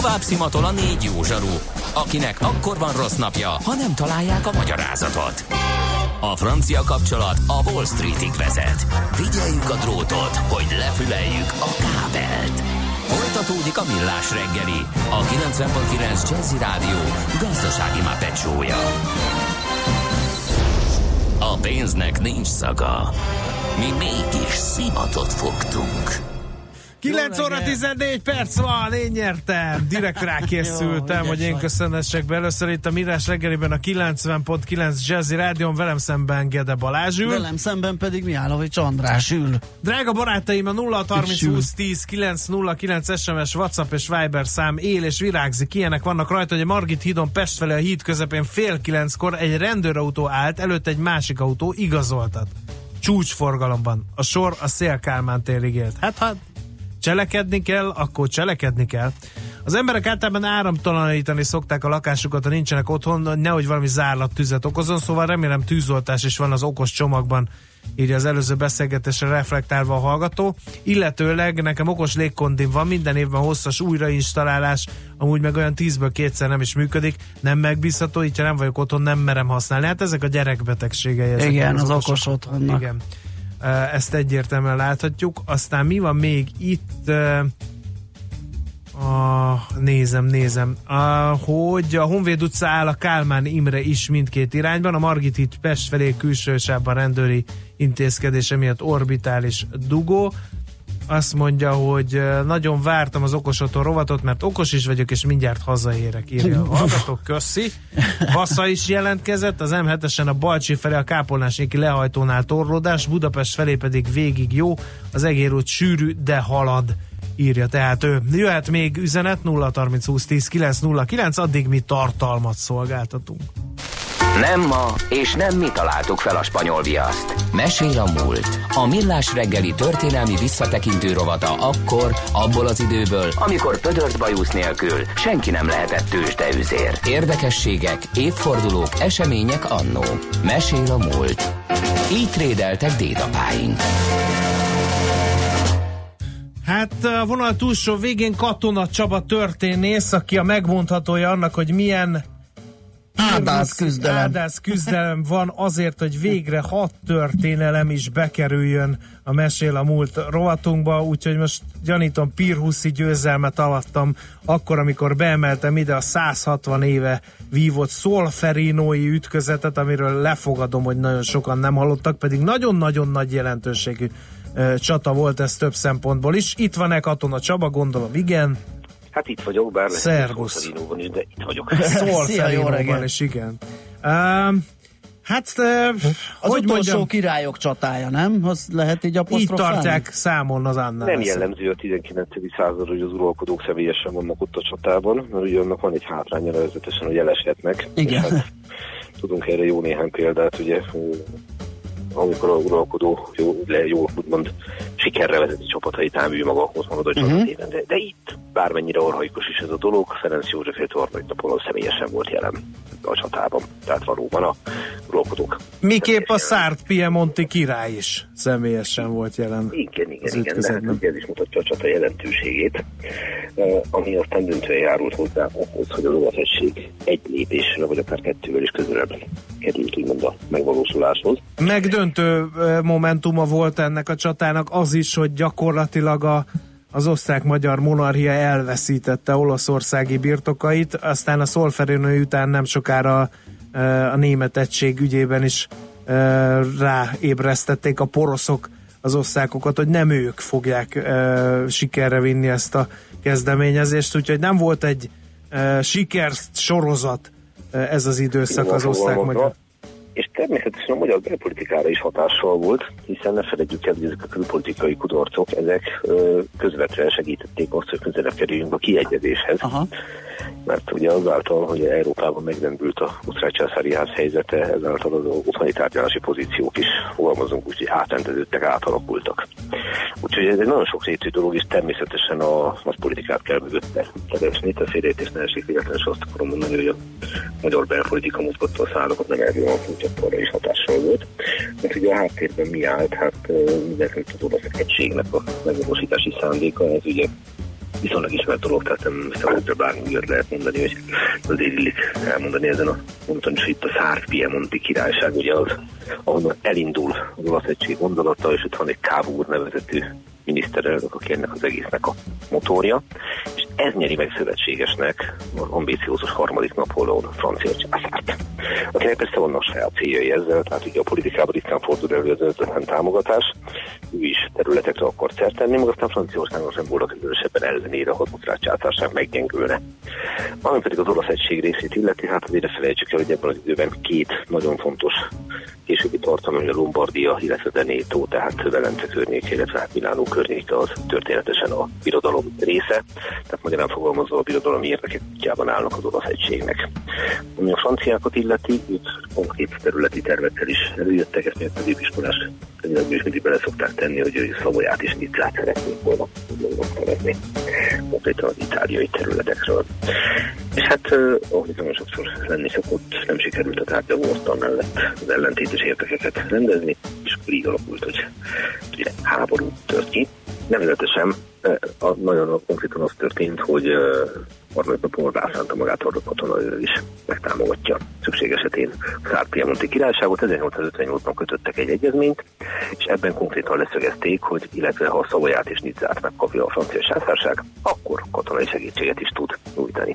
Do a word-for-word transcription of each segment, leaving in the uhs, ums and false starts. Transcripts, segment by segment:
tovább szimatol a négy jó zsaru, akinek akkor van rossz napja, ha nem találják a magyarázatot. A francia kapcsolat a Wall Streetig vezet. Figyeljük a drótot, hogy lefüleljük a kábelt. Folytatódik a Millás reggeli, a kilencven pont kilenc Jazzy Rádió gazdasági mápecsója. A pénznek nincs szaga. Mi mégis szimatot fogtunk. kilenc óra tizennégy perc van, én nyertem. Direkt rákészültem, hogy én köszönhessek be. Először itt a Millás reggeliben a kilencven pont kilenc Jazzy Rádión, velem szemben Gede Balázs ül. Velem szemben pedig Mihálovics András ül. Drága barátaim, a nulla harminc húsz tíz kilenc nulla kilenc es em es, WhatsApp és Viber szám él és virágzik. Ilyenek vannak rajta, hogy a Margit hídon Pest felé a híd közepén fél kilenckor egy rendőrautó állt, előtt egy másik autó igazoltat. Csúcsforgalomban. A sor a Széll-Kálmán térig élt. Hát, hát cselekedni kell, akkor cselekedni kell. Az emberek általában áramtalanítani szokták a lakásukat, ha nincsenek otthon, nehogy valami zárlattüzet okozon, szóval remélem tűzoltás is van az okos csomagban, írja az előző beszélgetésre reflektálva a hallgató. Illetőleg nekem okos légkondim van, minden évben hosszas újrainstalálás, amúgy meg olyan tízből kétszer nem is működik, nem megbízható, így ha nem vagyok otthon, nem merem használni. Hát ezek a gyerekbetegségei. Igen, az, az okos otthonnak. Igen. Ezt egyértelműen láthatjuk. Aztán mi van még itt? A, nézem, nézem. A, hogy a Honvéd utca áll a Kálmán Imre is mindkét irányban. A Margit híd Pest felé külső sávban rendőri intézkedése miatt orbitális dugó. Azt mondja, hogy nagyon vártam az okos otthon rovatot, mert okos is vagyok, és mindjárt hazaérek, írja a hallgatók, köszi. Vasza is jelentkezett, az em hetesen a Balcsi felé a Kápolnáséki lehajtónál torlódás, Budapest felé pedig végig jó, az Egér út sűrű, de halad, írja tehát ő. Jöhet még üzenet nulla harminc húsz tíz kilenc nulla kilenc, addig mi tartalmat szolgáltatunk. Nem ma, és nem mi találtuk fel a spanyol viaszt. Mesél a múlt. A Millás reggeli történelmi visszatekintő rovata akkor, abból az időből, amikor pödört bajusz nélkül senki nem lehetett tőzsdeüzér. Érdekességek, évfordulók, események annó. Mesél a múlt. Így trédeltek dédapáink. Hát a vonal túlsó végén Katona Csaba történész, aki a megmondhatója annak, hogy milyen Áldász küzdelem. Áldász küzdelem van azért, hogy végre hat történelem is bekerüljön a Mesél a múlt rovatunkba, úgyhogy most gyanítom Pirhuszi győzelmet avattam akkor, amikor beemeltem ide a száz hatvan éve vívott szolferinói ütközetet, amiről lefogadom, hogy nagyon sokan nem hallottak, pedig nagyon-nagyon nagy jelentőségű uh, csata volt ez több szempontból is. Itt van-e Katona Csaba? Gondolom igen. Hát itt vagyok, bár Szervusz. Szolferinóban is, de itt vagyok. Szolferinóban is, igen. Um, hát, uh, az hogy utolsó mondjam, királyok csatája, nem? Az lehet így így apostrofálni? tartják számon az annál. Nem jellemző a tizenkilencedik század, hogy az uralkodók személyesen vannak ott a csatában, mert ugye annak van egy hátránya, nevezetesen, hogy eleshetnek. Igen. Hát, tudunk erre jó néhány példát, ugye, amikor a uralkodó jó, le, jó úgymond sikerre vezeti csapatait, ám ő maga ott marad a csapatében. Uh-huh. De, de itt bármennyire arhaikus is ez a dolog, Ferenc József harmadik napon személyesen volt jelen a csatában. Tehát valóban a uralkodók. Miképp a Szárd Piemonti király is személyesen volt jelen. Igen, igen, igen, de hát ez is mutatja a csata jelentőségét, ami aztán döntően járult hozzá ahhoz, hogy az olasz egység egy lépésre, vagy akár kettővel is közelebb került úgymond a megvalósuláshoz. Megdöntő momentuma volt ennek a csatának az is, hogy gyakorlatilag a, az osztrák-magyar monarchia elveszítette olaszországi birtokait, aztán a Szolferinói után nem sokára a német egység ügyében is ráébresztették a poroszok az osztrákokat, hogy nem ők fogják sikerre vinni ezt a kezdeményezést, úgyhogy nem volt egy sikersorozat ez az időszak az osztrák-magyar. És természetesen a magyar belpolitikára is hatással volt, hiszen ne feledjük el, hogy ezek a külpolitikai kudarcok, ezek közvetlenül segítették azt, hogy közelebb kerüljünk a kiegyezéshez. Aha. Mert ugye azáltal, hogy Európában megrendült a osztrák császári ház helyzete, ezáltal az otthoni tárgyalási pozíciók is, fogalmazunk úgy, hogy átrendeződtek, átalakultak. Úgyhogy ez egy nagyon sokrétű dolog, és természetesen a, a politikát kell mögötte keresni. A félreértés ne esik véletlenül, és azt akarom mondani, hogy a magyar belpolitika mozgatta a szálakat, nem erről van, hogy arra is hatással volt. Mert ugye a háttérben mi állt? Hát mindenki az olasz egységnek a megvalósítási szándéka, ez ugye viszonylag ismert dolog, tehát nem szemben bármi újat lehet mondani, hogy azért illik elmondani ezen a ponton is itt a Szárd-Piemonti királyság, ugye az, ahonnan elindul az olasz egység gondolata, és ott van egy Cavour nevezetű miniszterelnök, aki ennek az egésznek a motorja, és ez nyeri meg szövetségesnek az ambíciózus harmadik Napóleon francia császárt, akinek persze vannak saját céljai ezzel, tehát ugye a politikában ritkán fordul elő az önzetlen támogatás, ő is területekre akar szert tenni, meg aztán Franciaországnak sem volna különösebben ellenére, ha az osztrák császárság meggyengülne. Ami pedig az olasz egység részét illeti, hát azért ne felejtsük el, hogy ebben az időben két nagyon fontos későbbi tartalom, a Lombardia, illetve Veneto, tehát Velence környéke, illetve hát Milánó környéke az történetesen a birodalom része, tehát magyarán fogalmazva a birodalom érdekek útjában állnak az olasz egységnek. Ami a franciákat illeti, ők konkrét területi tervekkel is előjöttek, ezt még középiskolás könyvekből is mindig bele szokták tenni, hogy ő Szavoyát és Nizzát szeretnék volna szeretni, konkrétan az itáliai területekről. És hát, ahogy nagyon sokszor lenni szokott, nem sikerült a tárgyalóasztal mellett az ellentétes érdekeket rendezni, és akkor így alakult, hogy ugye, háború tört ki. Nevezetesen a, nagyon konkrétan az történt, hogy harmadik napon rászánta magát arra katona, ő is megtámogatja szükség esetén a Szárd-Piemonti királyságot. ezernyolcszázötvennyolcban kötöttek egy egyezményt, és ebben konkrétan leszögezték, hogy illetve ha Szavoyát és Nizzát megkapja a francia császárság, akkor katonai segítséget is tud nyújtani.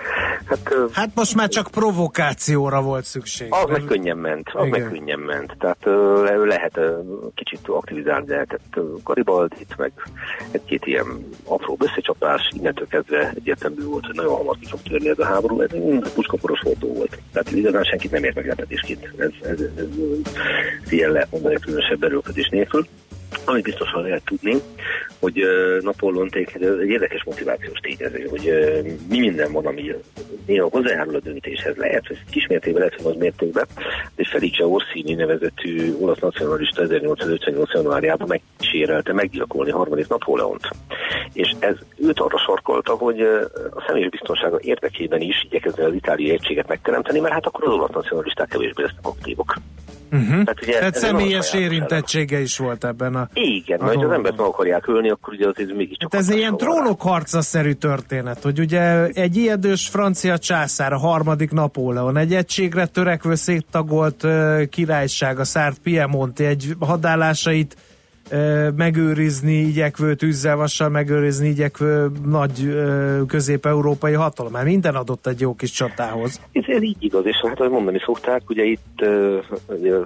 Hát, hát most már csak provokációra volt szükség. Az meg könnyen ment, az meg könnyen ment. Tehát uh, lehet uh, kicsit aktivizálni lehetett Garibaldit, meg egy-két ilyen apró összecsapás, innentől kezdve egyértelmű volt, hogy nagyon hamar ki fog törni ez a háború, ez egy puskaporos fordó volt. Tehát igazán senkit nem ért meglepetésként. Ez, ez, ez, ez, ez ilyen lehet mondani különösebb erőködés nélkül. Amit biztosan lehet tudni, hogy uh, Napóleon egy érdekes motivációs tényező, hogy uh, mi minden van, ami néha hozzájárul a döntéshez. Lehet, hogy kismértékben, lehet, hogy nagy mértékben, de Felice Orsini nevezetű olasz nacionalista ezernyolcszázötvennyolc januárjában megkísérelte meggyilkolni harmadik Napóleont. És ez őt arra sarkolta, hogy uh, a személyes biztonsága érdekében is igyekezni az itáliai egységet megteremteni, mert hát akkor az olasz nacionalisták kevésbé lesznek aktívok. Uh-huh. Tehát, ugye, Tehát személyes érintettsége is volt ebben a... Igen, mert ha az embert meg akarják ölni, akkor ugye azért mégiscsak... Hát ez egy ilyen trónokharca-szerű történet, hogy ugye egy ijedős francia császár, a harmadik Napóleon, egy egységre törekvő széttagolt uh, királyság, a Szárd-Piemonti, egy hadállásait uh, megőrizni igyekvő, tűzzel-vassal megőrizni igyekvő nagy uh, közép-európai hatalom. Már minden adott egy jó kis csatához. Ez, ez így igaz, és hát ahogy mondani szokták, ugye itt uh, ugye,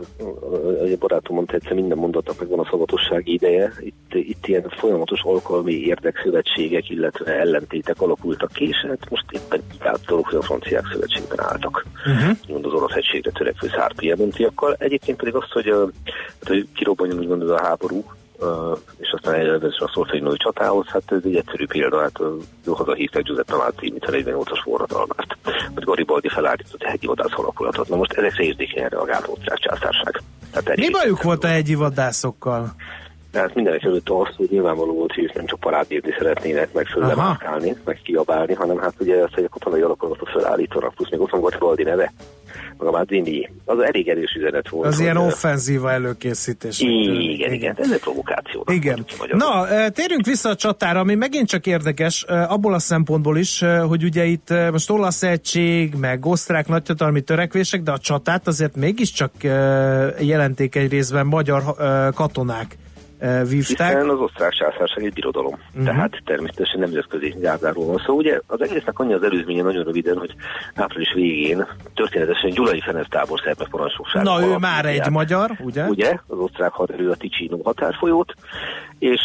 a barátom mondta egyszer, minden mondatnak megvan a szavatossági ideje, itt, itt ilyen folyamatos alkalmi érdekszövetségek, illetve ellentétek alakultak ki, és hát most éppen látszólag, hogy a franciák szövetségben álltak. Uh-huh. Mond az olasz egységre törekvő Szárd-Piemontiakkal. Egyébként pedig azt, hogy, uh, hogy kirobbanjon úgymond ez a háború, Uh, és aztán elvezően a Solferino csatához, hát ez egy egyszerű példa, hát uh, hazahívták Giuseppe Mazzini, mint a negyvennyolcas forradalmát, vagy Garibaldi felállított a hegyi vadász alakulatot. Na most ezekre érzékenyen reagált az osztrák császárság. Mi bajuk volt a hegyi vadászokkal? Tehát mindenek előtt az, hogy nyilvánvaló volt, hogy ők nem csak parádírni szeretnének, meg föllemászkálni, meg kiabálni, hanem hát ugye azt, hogy a katonai alakulatot felállítanak, plusz még ott van Garibaldi neve, meg a Mazzini. Az elég erős üzenet volt. Az ilyen offenzíva előkészítés. Igen, igen, igen, ez egy provokáció. Igen. Na, térjünk vissza a csatára, ami megint csak érdekes, abból a szempontból is, hogy ugye itt most olasz egység, meg osztrák nagyhatalmi törekvések, de a csatát azért mégiscsak jelenték egy részben magyar katonák vívták. Hiszen az osztrák császárság egy birodalom, uh-huh. tehát természetesen nemzetközi gárdáról van szó. Szóval ugye az egésznek annyi az előzménye nagyon röviden, hogy április végén történetesen Gyulai Ferenc táborszerbe parancsnokság. Na ő már egy jár. magyar, ugye? Ugye, az osztrák haderő a Ticino határfolyót, és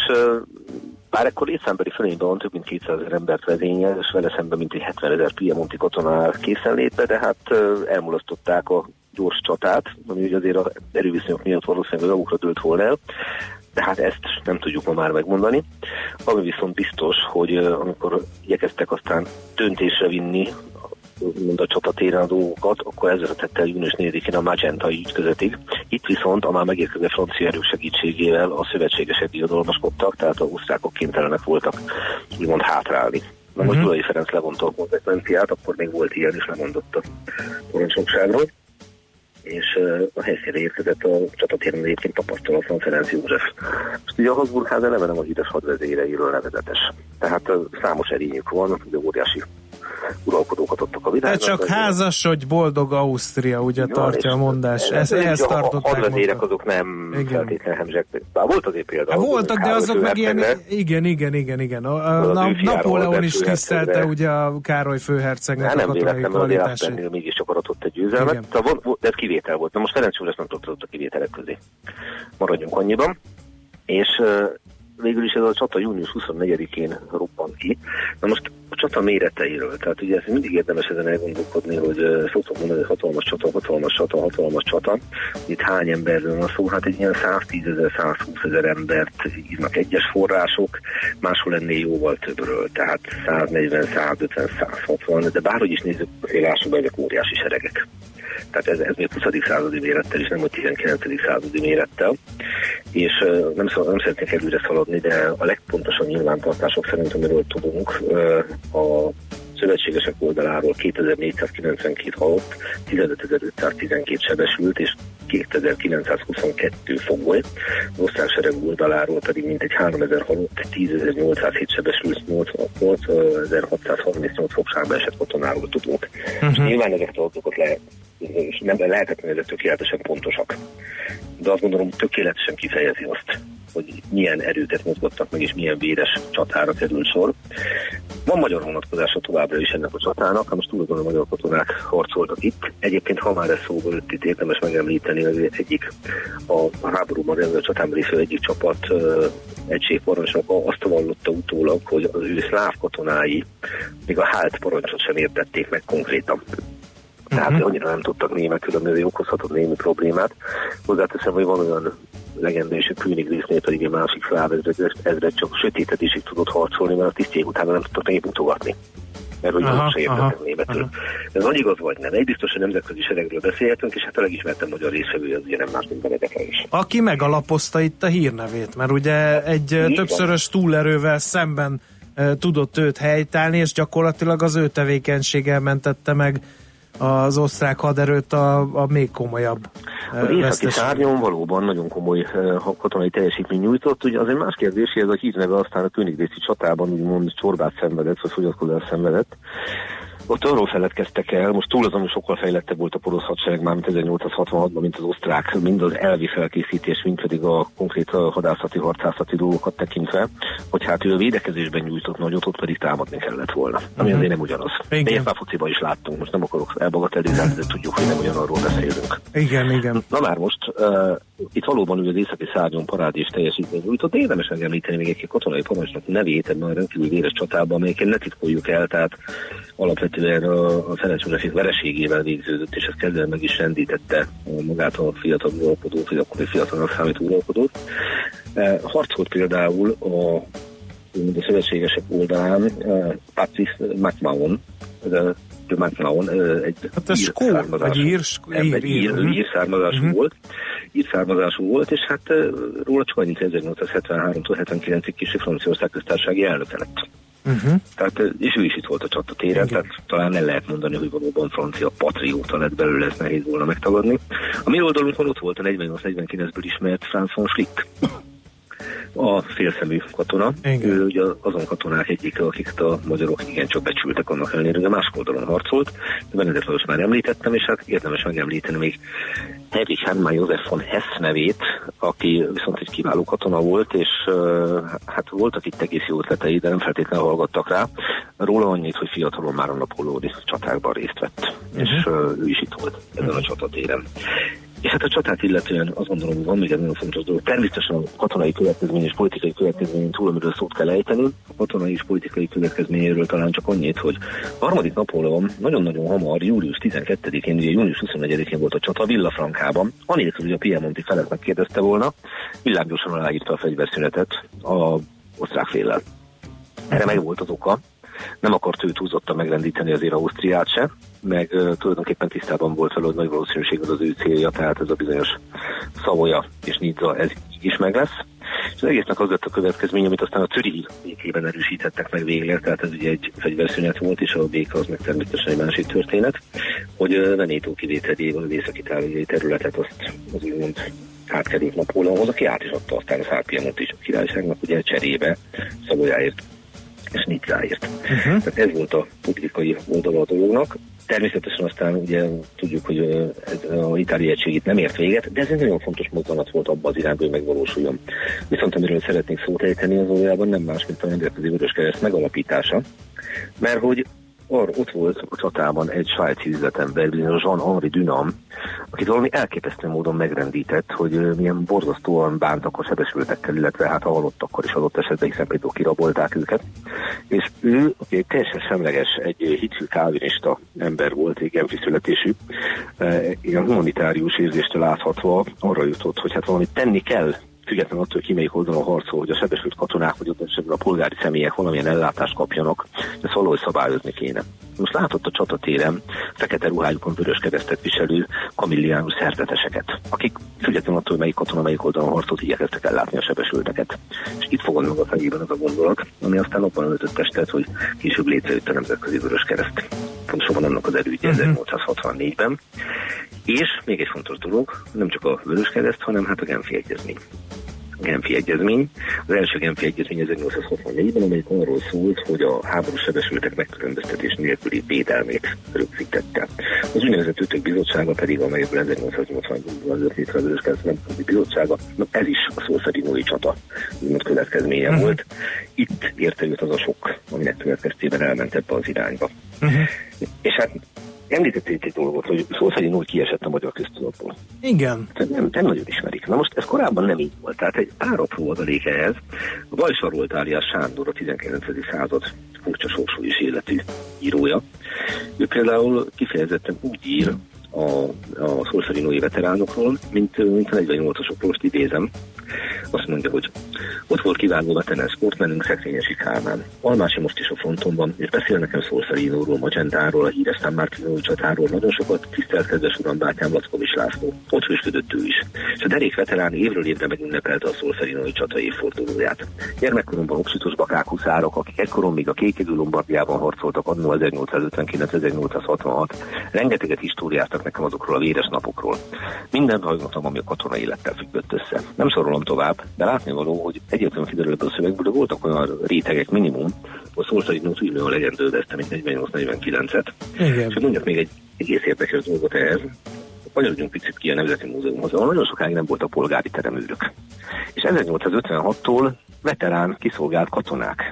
bár ekkor létszámbeli fölényben van több mint kétszázezer embert vezényel, és vele szemben mintegy hetvenezer piemonti katonál készenlétbe, de hát elmulasztották a gyors csatát, ami ugye azért az erőviszonyok miatt valószínűleg magukra dőlt volna el, de hát ezt nem tudjuk ma már megmondani. Ami viszont biztos, hogy uh, amikor igyekeztek aztán döntésre vinni mond a csatatéren a dolgokat, akkor ez vezetett el június negyedikén a Magentai ügyközetig. Itt viszont a már megérkezett francia erők segítségével a szövetségesek diadalmaskodtak, tehát a osztrákok kénytelenek voltak úgymond hátrálni. Na most Gyulai uh-huh. Ferenc levonta a konzekvenciát, akkor még volt ilyen is lemondott a parancsnokságról. és a helyszínre érkezett a csatatéren egyébként tapasztalatlan Ferenc József. Most ugye a Habsburgház eleve nem a híres hadvezéreiről nevezetes. Tehát számos erényük van, ugye óriási uralkodókat adtak a világon. De csak házasodj, boldog Ausztria, ugye ja, tartja a mondás. Ez, ehhez a tartották. A hadvezérek azok nem feltétlenül hemzsek. Bár volt azért például. Hát voltak, de azok meg ilyen, igen, igen, igen, igen. A, a, a Napóleon is tisztelte ugye a Károly főhercegnek hát a katonai kvalitását. Nem mégiscsak aratott egy győzelmet. De ez kivétel volt. Na most Ferenc József nem tartozott a kivételek közé. Maradjunk annyiban. És végül is ez a csata június huszonnegyedikén robbant ki. Na most a csata méreteiről, tehát ugye ez mindig érdemes ezen elgondolkodni, hogy szoktuk mondani, hogy hatalmas csata, hatalmas csata, hatalmas csata. Itt hány emberről van szó? Hát egy ilyen száztízezer, százhúszezer embert írnak egyes források, máshol ennél jóval többről, tehát száznegyven, százötven, százhatvan, de bárhogy is nézzük, lássuk be, ezek óriási seregek. Tehát ez, ez még huszadik századi mérettel is, nem a tizenkilencedik századi mérettel. És uh, nem, nem szeretnék előre szaladni, de a legpontosabb nyilvántartások szerint, amiről tudunk, uh, a szövetségesek oldaláról kétezer-négyszázkilencvenkét halott, tizenötezer-ötszáztizenkét sebesült, és kétezer-kilencszázhuszonkettő fogoly. Az osztrák sereg oldaláról pedig mintegy háromezer halott, tízezer-nyolcszázhét sebesült, nyolcezer-hatszázharmincnyolc fogságba esett katonáról tudunk. Uh-huh. Nyilván ezeket az adatokat le, és nem lehetetlen, ezek tökéletesen pontosak. De azt gondolom, tökéletesen kifejezi azt, hogy milyen erőket mozgattak meg, és milyen véres csatára került sor. Van magyar vonatkozása továbbra is ennek a csatának, ha most túl azon a magyar katonák harcoltak itt. Egyébként, ha már ez szóba jött, itt érdemes megemlíteni, az egyik a háborúban rendben a csatában résző egyik csapat uh, egységparancsnoka azt vallotta utólag, hogy az ő szláv katonái még a hált parancsot sem értették meg konkrétan. Tehát uh-huh. annyira nem tudtak németül, ami okozhatott némi problémát. Hozzáteszem, hogy van olyan legenda és a Königrésznél pedig egy másik szláv ezred csak sötétedésig tudott harcolni, mert a tisztjég utána nem tudtak még mutogatni. Mert hogy azok se értettek németül. Aha. Ez nagy igaz vagy nem. Egy biztos, hogy nemzetközi seregről beszélhetünk, és hát a legismertem magyar részvevő az ugye nem más, mint Benedek is. Aki megalapozta itt a hírnevét, mert ugye egy Így többszörös van. túlerővel szemben e, tudott őt helytállni, és gyakorlatilag az ő tevékenységgel mentette meg az osztrák haderőt a, a még komolyabb Az északi szárnyon valóban nagyon komoly uh, katonai teljesítmény nyújtott. Ugye az egy más kérdés, hogy ez a hírneve aztán a Königrészi csatában úgymond csorbát szenvedett, vagy fogyatkozást szenvedett. Ott arról feledkeztek el, most túl azon, hogy sokkal fejlettebb volt a porosz hadsereg már, mint ezernyolcszázhatvanhatban, mint az osztrák, mind az elvi felkészítés, mind pedig a konkrét hadászati, harcászati dolgokat tekintve, hogy hát ő a védekezésben nyújtott nagyot, ott pedig támadni kellett volna. Ami uh-huh. azért nem ugyanaz. De ilyet már fociban is láttunk, most nem akarok elbagatelizálni, de tudjuk, hogy nem ugyanarról beszélünk. Igen, igen. Na már most, uh, itt valóban ő az északi szárnyon parád és teljesítmény nyújtott, de érdemes megemlíteni még egy katonai parancsnok nevét ebben a rendkívül véres csatában, amelyeket ne titkoljuk el, tehát alapvetően a, a Ferenc József vereségével végződött, és ezt kezdve meg is rendítette magát a fiatal uralkodót, vagy akkor egy fiatalnak számító uralkodót. E, harcolt például a, a szövetségesek oldalán e, Patrice MacMahon, de MacMahon egy hát ír származású, ír, ír, ír, ír, ír származású uh-huh. volt, ír származású volt, és hát róla csak annyit ezernyolcszázhetvenháromtól hetvenkilencig később Franciaország köztársasági elnöke lett. Uh-huh. Tehát, és ő is itt volt a csatatéren, tehát talán el lehet mondani, hogy valóban francia patrióta lett belőle, ezt nehéz volna megtagadni. A mi oldalunkon ott volt a negyvennyolc negyvenkilencből ismert Franz von Schlick, a félszemű katona. Igen. Ő ugye azon katonák egyik, akiket a magyarok igencsak becsültek annak ellenére, hogy a másik oldalon harcolt. De Benedek Lajos már említettem, és hát érdemes megemlíteni még Heinrich Hermann Josef von Hess nevét, aki viszont egy kiváló katona volt, és uh, hát voltak itt egész jó ötletei, de nem feltétlenül hallgattak rá. Róla annyit, hogy fiatalon már a napóleoni csatákban részt vett, uh-huh. és uh, ő is itt volt ezen uh-huh. a csatatéren. És hát a csatát illetően azt gondolom, hogy van még egy nagyon fontos dolog. Természetesen a katonai következmény és politikai következmény túl, amiről szót kell ejteni. A katonai és politikai következményéről talán csak annyit, hogy a harmadik Napóleon nagyon-nagyon hamar, július tizenkettedikén, ugye június huszonnegyedikén volt a csata Villafrancában, anélkül, hogy a piemonti felet megkérdezte volna, villámgyorsan aláírta a fegyverszünetet a osztrák féllel. Erre meg volt az oka. Nem akart ő túlzottan megrendíteni azért Ausztriát se, meg uh, tulajdonképpen tisztában volt vele, hogy nagy valószínűséggel az ő célja, tehát ez a bizonyos Savoya és Nizza, ez így is meg lesz. És az egésznek az lett a következmény, amit aztán a Zürich békében erősítettek meg végleg, tehát ez ugye egy fegyverszünet volt, és a béka az meg természetesen egy másik történet, hogy Venétó kivételével az észak-itáliai területet azt az úgymond átkerült Napóleonhoz, aki át is adta aztán a Szárpiemont is a királyságnak, ugye cserébe Szavoyáért és Nizzáért. Uh-huh. Tehát ez volt a politikai oldala a dolognak. Természetesen aztán ugye tudjuk, hogy az itáliai egység itt nem ért véget, de ez egy nagyon fontos mozzanat volt abban az irányban, hogy megvalósuljon. Viszont amiről szeretnék szót ejteni az valójában nem más, mint a Nemzetközi Vöröskereszt megalapítása, mert hogy Or, ott volt a csatában egy svájci üzletember, Jean-Henri Dunham, akit valami elképesztő módon megrendített, hogy milyen borzasztóan bántak a sebesültekkel, illetve hát a halottakkal is adott esetben, hiszen például kirabolták őket. És ő, aki egy teljesen semleges, egy hitű kálvinista ember volt, egy genfi születésű, ilyen humanitárius érzéstől láthatva arra jutott, hogy hát valamit tenni kell, függetlenül attól, hogy ki melyik oldalon harcol, hogy a sebesült katonák, vagy ott esetben a polgári személyek valamilyen ellátást kapjanak, ezt valahogy szabályozni kéne. Most látott a csatatéren fekete ruhájukon vörös keresztet viselő kamilliánus szerzeteseket, akik függetlenül attól, hogy melyik katona melyik oldalon harcolt, igyekeztek ellátni a sebesülteket. És itt fogod meg a fejében az a gondolat, ami aztán abban ötött testet, hogy később létrejött a Nemzetközi Vöröskereszt. Pontosabban annak az elődje uh-huh. ezernyolcszázhatvannégyben. És még egy fontos dolog, nem csak a Vöröskereszt, hanem hát a Genfi Egyezmény. A Genfi Egyezmény, az első Genfi Egyezmény ezernyolcszázhatvannégyben, amelyik arról szólt, hogy a háborús sebesültek megkülönböztetés nélküli védelmét rögzítette. Az úgynevezett Ötök Bizottsága pedig, amelyből ezernyolcszáznyolcvanban jött létre a Vöröskereszt Nemzetközi Bizottsága, na ez is a Solferino-i csata úgymond következménye uh-huh. volt. Itt érte őt az a sok, aminek következtében elment ebbe az irányba. Uh-huh. És hát említették egy dolgot, hogy Solferino kiesett a magyar köztudatból. Igen. Nem, nem nagyon ismerik. Na most ez korábban nem így volt. Tehát egy pár apró adalék ehhez. A Vajsaroldt alias Sándor, a tizenkilencedik század furcsa sorsú és életű írója. Ő például kifejezetten úgy ír a, a Solferinói veteránokról, mint, mint a negyvennyolcasokról, most idézem. Azt mondja, hogy ott volt kiváló veterán sportmenünk, Szekrényesi Kálmán. Almási most is a fronton van, és beszél nekem Solferinóról, Magendáról, a híres San Martinói csatáról nagyon sokat, tisztelt kedves uram, bátyám Lackovics László. Ott hősködött ő is. És a derék veterán évről évre megünnepelte a Solferinói csata évfordulóját. Gyermekkoromban obsitos bakák huszárok, akik ekkor még a Kékidő Lombardiában harcoltak annó ezernyolcszázötvenkilenc ezernyolcszázhatvanhat, rengeteget históriáztak nekem azokról a véres napokról. Minden hallgatom, ami a katona élettel függött össze. Nem sorolom tovább, de látnivaló, hogy egyértelműen kiderül ebből a szövegből, de voltak olyan rétegek minimum, hogy Solferinót úgy olyan legendődezte, mint negyvennyolc negyvenkilencet. És mondjak még egy egész érdekes dolgot ehhez. Kanyarodjunk picit ki a Nemzeti Múzeumhoz, ahol nagyon sokáig nem voltak polgári teremőrök. És ezernyolcszázötvenhattól veterán kiszolgált katonák,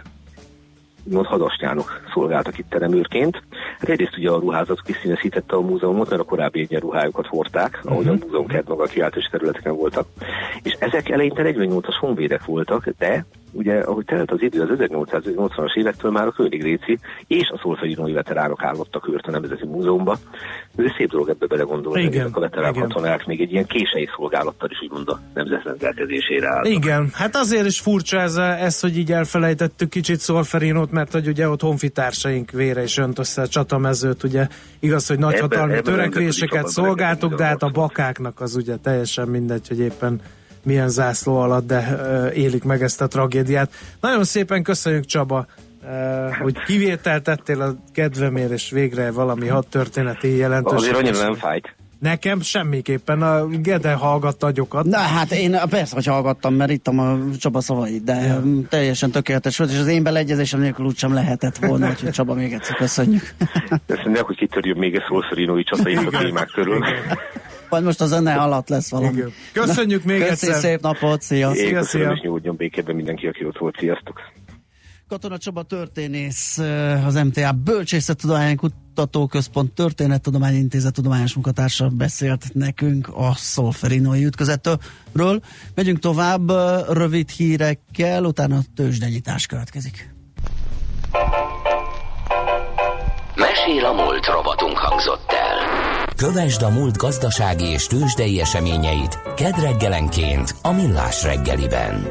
hadastyánok szolgáltak itt teremőrként. Hát egyrészt ugye a ruházatuk is színesítette a múzeumot, mert a korábbi egyenruhájukat hordták, ahogy uh-huh. a múzeumkert maga a kiáltási területeken voltak. És ezek eleinte negyvennyolcas honvédek voltak, de ugye, ahogy telt az idő, az ezernyolcszáznyolcvanas évektől már a Königréci és a Solferinói veteránok állottak őrt a Nemzeti Múzeumba. Ez egy szép dolog ebbe belegondolni, hogy a veterán katonák még egy ilyen kései szolgálattal is úgymond a nemzet rendelkezésére állnak. Igen, hát azért is furcsa ez, ez, hogy így elfelejtettük kicsit Solferinót, mert hogy ugye ott honfitársaink vére is önt össze a csatamezőt, ugye igaz, hogy nagyhatalmi törekvéseket szolgáltuk, de hát a bakáknak az ugye teljesen mindegy, hogy éppen milyen zászló alatt, de uh, élik meg ezt a tragédiát. Nagyon szépen köszönjük, Csaba, uh, hogy kivételt tettél a kedvemért, és végre valami hat történeti jelentőség. Azért annyira nem fájt. Nekem semmiképpen, a Gede hallgatta agyokat. Na hát én persze, hogy hallgattam, mert ittam a Csaba szavait, de ja. teljesen tökéletes volt, és az én beleegyezésem nélkül úgysem lehetett volna, úgyhogy Csaba, még egyszer köszönjük. Ezt mondják, hogy kitörjük még egy Solferinói csatai a témák körül. Vagy most a zene alatt lesz valami. Igen. Köszönjük még Köszi, egyszer. Szép napot, szia. Én szia, köszönöm, szia. és nyugodjon békében mindenki, aki ott volt. Sziasztok. Katona Csaba történész, az em té á Bölcsészettudományi Kutatóközpont Történettudományi Intézet tudományos munkatársa beszélt nekünk a Solferinói ütközetről. Megyünk tovább rövid hírekkel, utána tőzsdenyítás következik. Mesél a múlt robotunk hangzott el. Kövesd a múlt gazdasági és tőzsdei eseményeit kedd reggelenként a Millás reggeliben.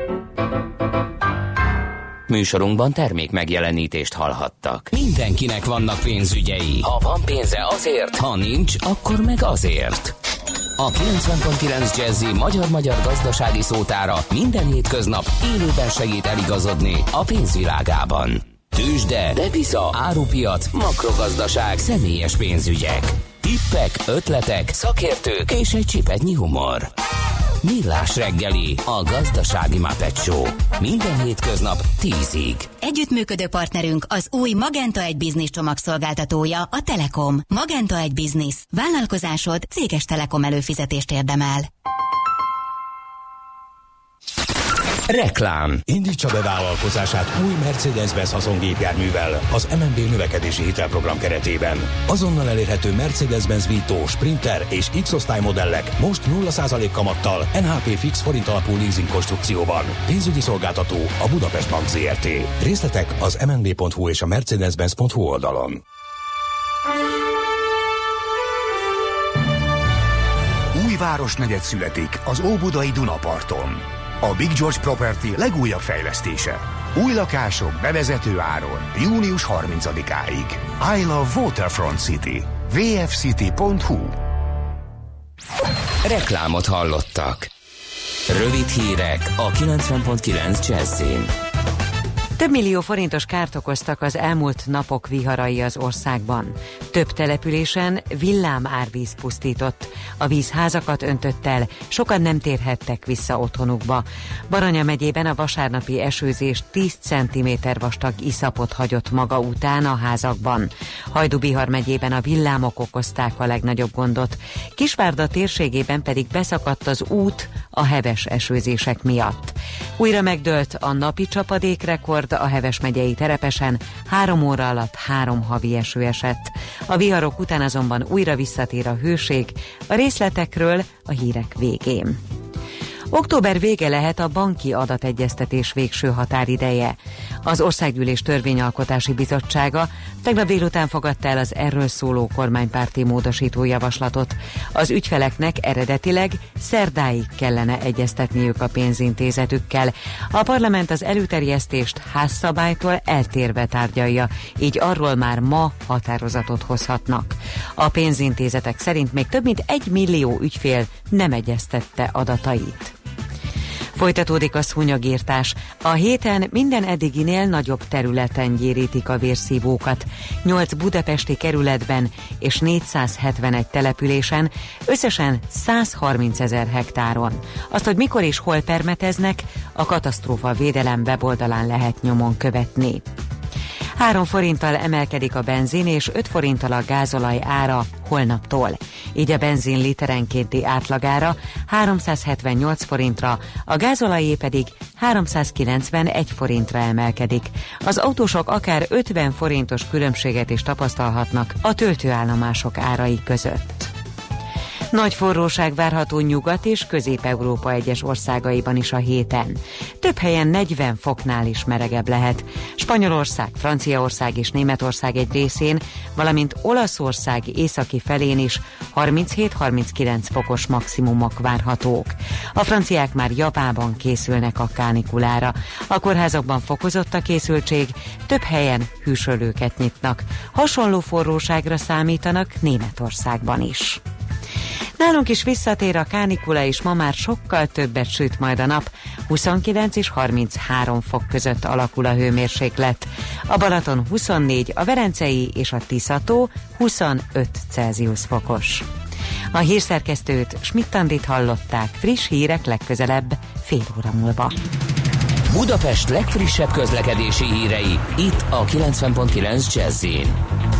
Műsorunkban termék megjelenítést hallhattak. Mindenkinek vannak pénzügyei. Ha van pénze azért, ha nincs, akkor meg azért. A kilencven pont kilenc Jazzy magyar-magyar gazdasági szótára minden hétköznap élőben segít eligazodni a pénzvilágában. Tőzsde, depisza, árupiac, makrogazdaság, személyes pénzügyek. Tippek, ötletek, szakértők és egy csipetnyi humor. Millás reggeli, a gazdasági Muppet Show. Minden hétköznap tízig. Együttműködő partnerünk az új Magenta egy Business csomagszolgáltatója, a Telekom. Magenta egy Business. Vállalkozásod céges Telekom előfizetést érdemel. Reklám. Indítsa be vállalkozását új Mercedes-Benz haszongépjárművel az em en bé növekedési hitelprogram keretében. Azonnal elérhető Mercedes-Benz Vito, Sprinter és X-osztály modellek most nulla százalék kamattal en há pé fix forint alapú leasing konstrukcióban. Pénzügyi szolgáltató a Budapest Bank zé er té. Részletek az em en bé pont hu és a mercedes-benz pont hu oldalon. Új városnegyed születik az óbudai Dunaparton. A Big George Property legújabb fejlesztése. Új lakások bevezető áron június harmincadikáig. I love Waterfront City. vé ef city pont hu. Reklámot hallottak. Rövid hírek a kilencven pont kilenc Jazzyn. Több millió forintos kárt okoztak az elmúlt napok viharai az országban. Több településen villám árvíz pusztított. A víz házakat öntött el, sokan nem térhettek vissza otthonukba. Baranya megyében a vasárnapi esőzés tíz centiméter vastag iszapot hagyott maga után a házakban. Hajdú-Bihar megyében a villámok okozták a legnagyobb gondot. Kisvárda térségében pedig beszakadt az út a heves esőzések miatt. Újra megdőlt a napi csapadékrekord a Heves megyei Terepesen, három óra alatt három havi eső esett. A viharok után azonban újra visszatér a hőség, a részletekről a hírek végén. Október vége lehet a banki adategyeztetés végső határideje. Az Országgyűlés Törvényalkotási Bizottsága tegnap délután fogadta el az erről szóló kormánypárti módosító javaslatot. Az ügyfeleknek eredetileg szerdáig kellene egyeztetniük a pénzintézetükkel. A parlament az előterjesztést házszabálytól eltérve tárgyalja, így arról már ma határozatot hozhatnak. A pénzintézetek szerint még több mint egy millió ügyfél nem egyeztette adatait. Folytatódik a szúnyogírtás. A héten minden eddiginél nagyobb területen gyérítik a vérszívókat. Nyolc budapesti kerületben és négyszázhetvenegy településen, összesen százharmincezer hektáron. Azt, hogy mikor és hol permeteznek, a katasztrófa védelem weboldalán lehet nyomon követni. Három forinttal emelkedik a benzin és öt forinttal a gázolaj ára holnaptól. Így a benzin literenkénti átlagára háromszázhetvennyolc forintra, a gázolajé pedig háromszázkilencvenegy forintra emelkedik. Az autósok akár ötven forintos különbséget is tapasztalhatnak a töltőállomások árai között. Nagy forróság várható Nyugat- és Közép-Európa egyes országaiban is a héten. Több helyen negyven foknál is melegebb lehet. Spanyolország, Franciaország és Németország egy részén, valamint Olaszország északi felén is harminchét-harminckilenc fokos maximumok várhatók. A franciák már Japánban készülnek a kánikulára. A kórházakban fokozott a készültség, több helyen hűsölőket nyitnak. Hasonló forróságra számítanak Németországban is. Nálunk is visszatér a kánikula, és ma már sokkal többet süt majd a nap, huszonkilenc és harminchárom fok között alakul a hőmérséklet. A Balaton huszonnégy, a Velencei és a Tisza-tó huszonöt Celsius fokos. A hírszerkesztőt, Schmidt-Andit hallották, friss hírek legközelebb fél óra múlva. Budapest legfrissebb közlekedési hírei, itt a kilencven pont kilenc Jazzyn.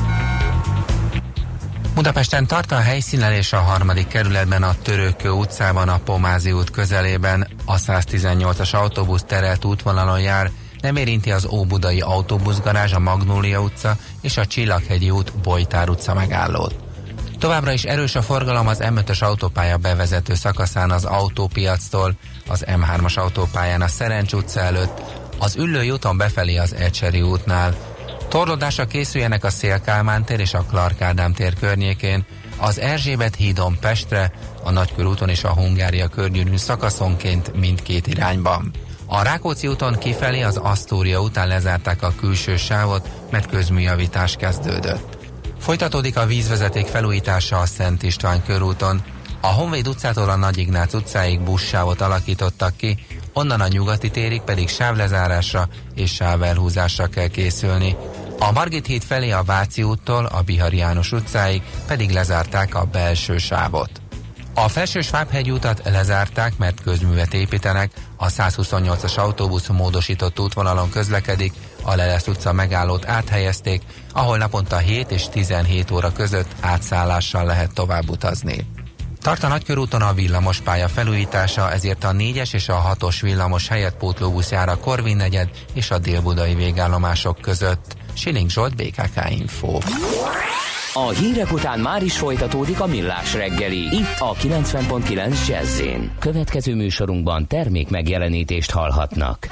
Budapesten tart a helyszínelés a harmadik kerületben, a Törőkő utcában, a Pomázi út közelében. A száztizennyolcas autóbusz terelt útvonalon jár, nem érinti az óbudai autóbuszgarázs, a Magnólia utca és a Csillaghegyi út Bojtár utca megállót. Továbbra is erős a forgalom az em ötös autópálya bevezető szakaszán az Autópiactól, az em hármas autópályán a Szerencs utca előtt, az Üllői úton befelé az Ecseri útnál. Torlódásra készüljenek a Széll-Kálmán tér és a Clark Ádám tér környékén, az Erzsébet hídon Pestre, a Nagykörúton és a Hungária körgyűrűn szakaszonként mindkét irányban. A Rákóczi úton kifelé az Asztória után lezárták a külső sávot, mert közműjavítás kezdődött. Folytatódik a vízvezeték felújítása a Szent István körúton. A Honvéd utcától a Nagy Ignác utcáig buszsávot alakítottak ki, onnan a Nyugati térig pedig sávlezárásra és sávelhúzásra kell készülni. A Margit híd felé a Váci úttól a Bihari János utcáig pedig lezárták a belső sávot. A Felső Svábhegy utat lezárták, mert közművet építenek, a százhuszonnyolcas autóbusz módosított útvonalon közlekedik, a Lelesz utca megállót áthelyezték, ahol naponta hét és tizenhét óra között átszállással lehet tovább utazni. Tart a Nagykörúton a villamospálya felújítása, ezért a négyes és a hatos villamos helyett pótlóbusz jár a Korvin negyed és a délbudai végállomások között. Siling Zsolt, bé ká ká Info. A hírek után már is folytatódik a Millás reggeli, itt a kilencven pont kilenc Jazz-in. Következő műsorunkban termék megjelenítést hallhatnak.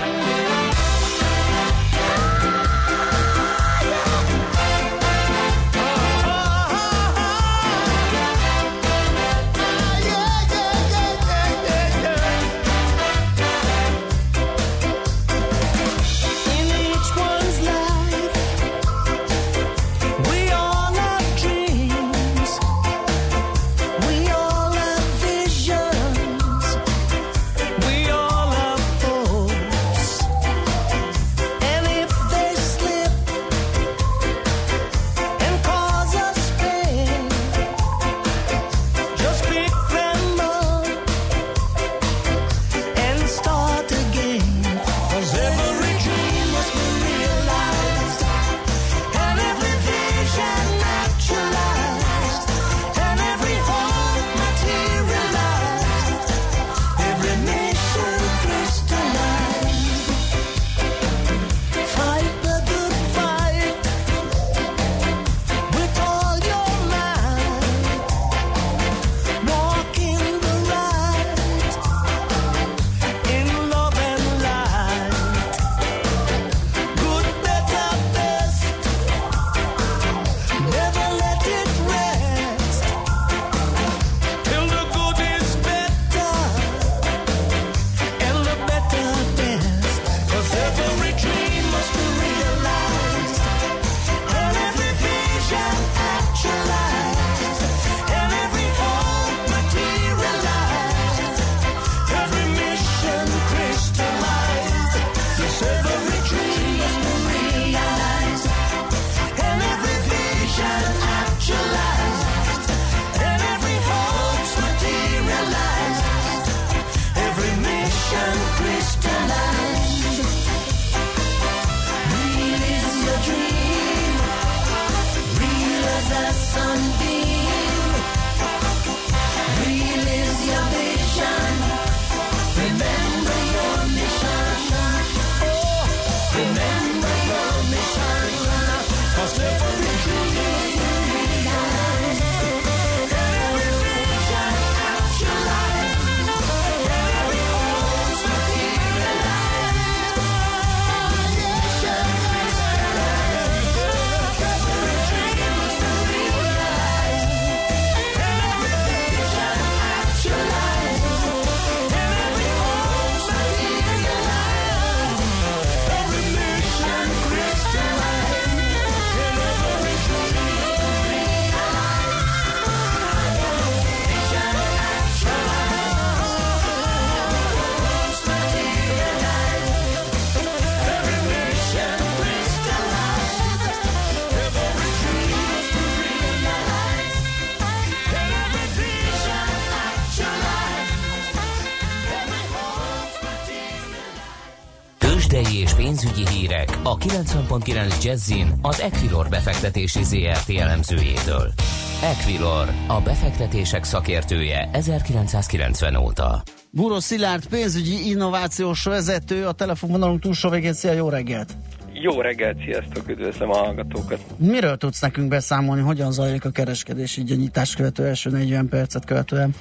tőzsdei és pénzügyi hírek a kilencven pont kilenc Jazz-in az Equilor befektetési zé er té elemzőjétől. Equilor, a befektetések szakértője ezerkilencszázkilencven óta. Búró Szilárd, pénzügyi innovációs vezető, a telefonvonalunk túlsó végén. Szia, jó reggelt! Jó reggelt, sziasztok, üdvözlöm a hallgatókat! Miről tudsz nekünk beszámolni, hogyan zajlik a kereskedés így a nyitás követő első negyven percet követően?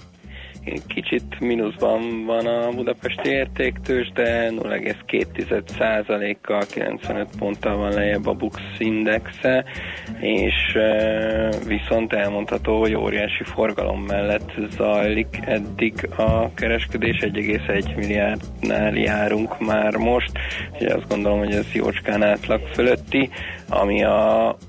Kicsit mínuszban van a budapesti értéktőzsde, nulla egész két százalékkal, kilencvenöt ponttal van lejjebb a Bux indexe, és e, viszont elmondható, hogy óriási forgalom mellett zajlik eddig a kereskedés, egy egész egy milliárdnál járunk már most, úgyhogy azt gondolom, hogy ez jócskán átlag fölötti, ami a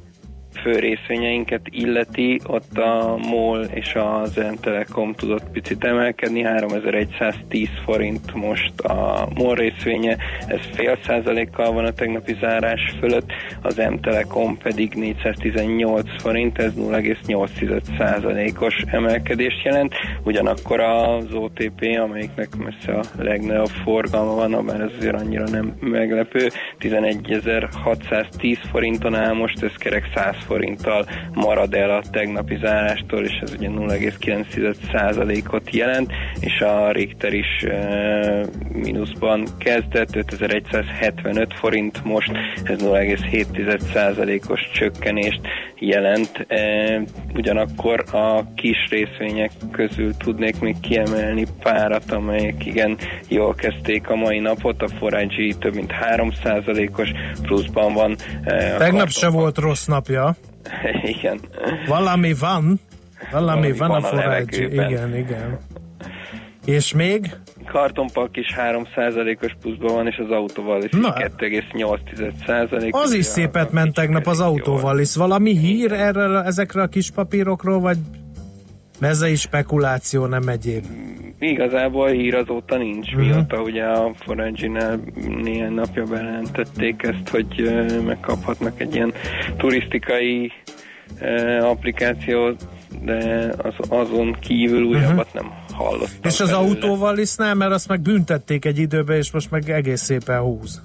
fő részvényeinket illeti, ott a MOL és az M-Telekom tudott picit emelkedni, háromezer-egyszáztíz forint most a MOL részvénye, ez fél százalékkal van a tegnapi zárás fölött, az M-Telekom pedig négyszáztizennyolc forint, ez nulla egész nyolc százalékos emelkedést jelent, ugyanakkor az o té pé, amelyiknek messze a legnagyobb forgalma van, bár ez azért annyira nem meglepő, tizenegyezer-hatszáztíz forinton áll most, ez kerek száz forinttal marad el a tegnapi zárástól, és ez ugye nulla egész kilenc százalékot jelent, és a Richter is e, mínuszban kezdett, ötezer-egyszázhetvenöt forint most, ez nulla egész hét százalékos csökkenést jelent. E, ugyanakkor a kis részvények közül tudnék még kiemelni párat, amelyek igen jól kezdték a mai napot, a négy G több mint három százalékos pluszban van. E, Tegnap se volt rossz napja. Igen. Valami van. Valami, Valami van, van a forrágy. Igen, igen. És még? Kartonpak is három százalékos pluszban van, és az autóval is kettő egész nyolc százalék. Az is szépet ment tegnap az autóval is. Valami hír erre, ezekre a kis papírokról, vagy mezei spekuláció, nem egyéb? Igazából hír azóta nincs, uh-huh. mióta ugye a Forage-nál néhány napja bejelentették ezt, hogy uh, megkaphatnak egy ilyen turisztikai uh, applikációt, de az, azon kívül újabbat uh-huh. nem hallottam. És az belőle. Autóval is nem, mert azt meg büntették egy időben, és most meg egész szépen húz.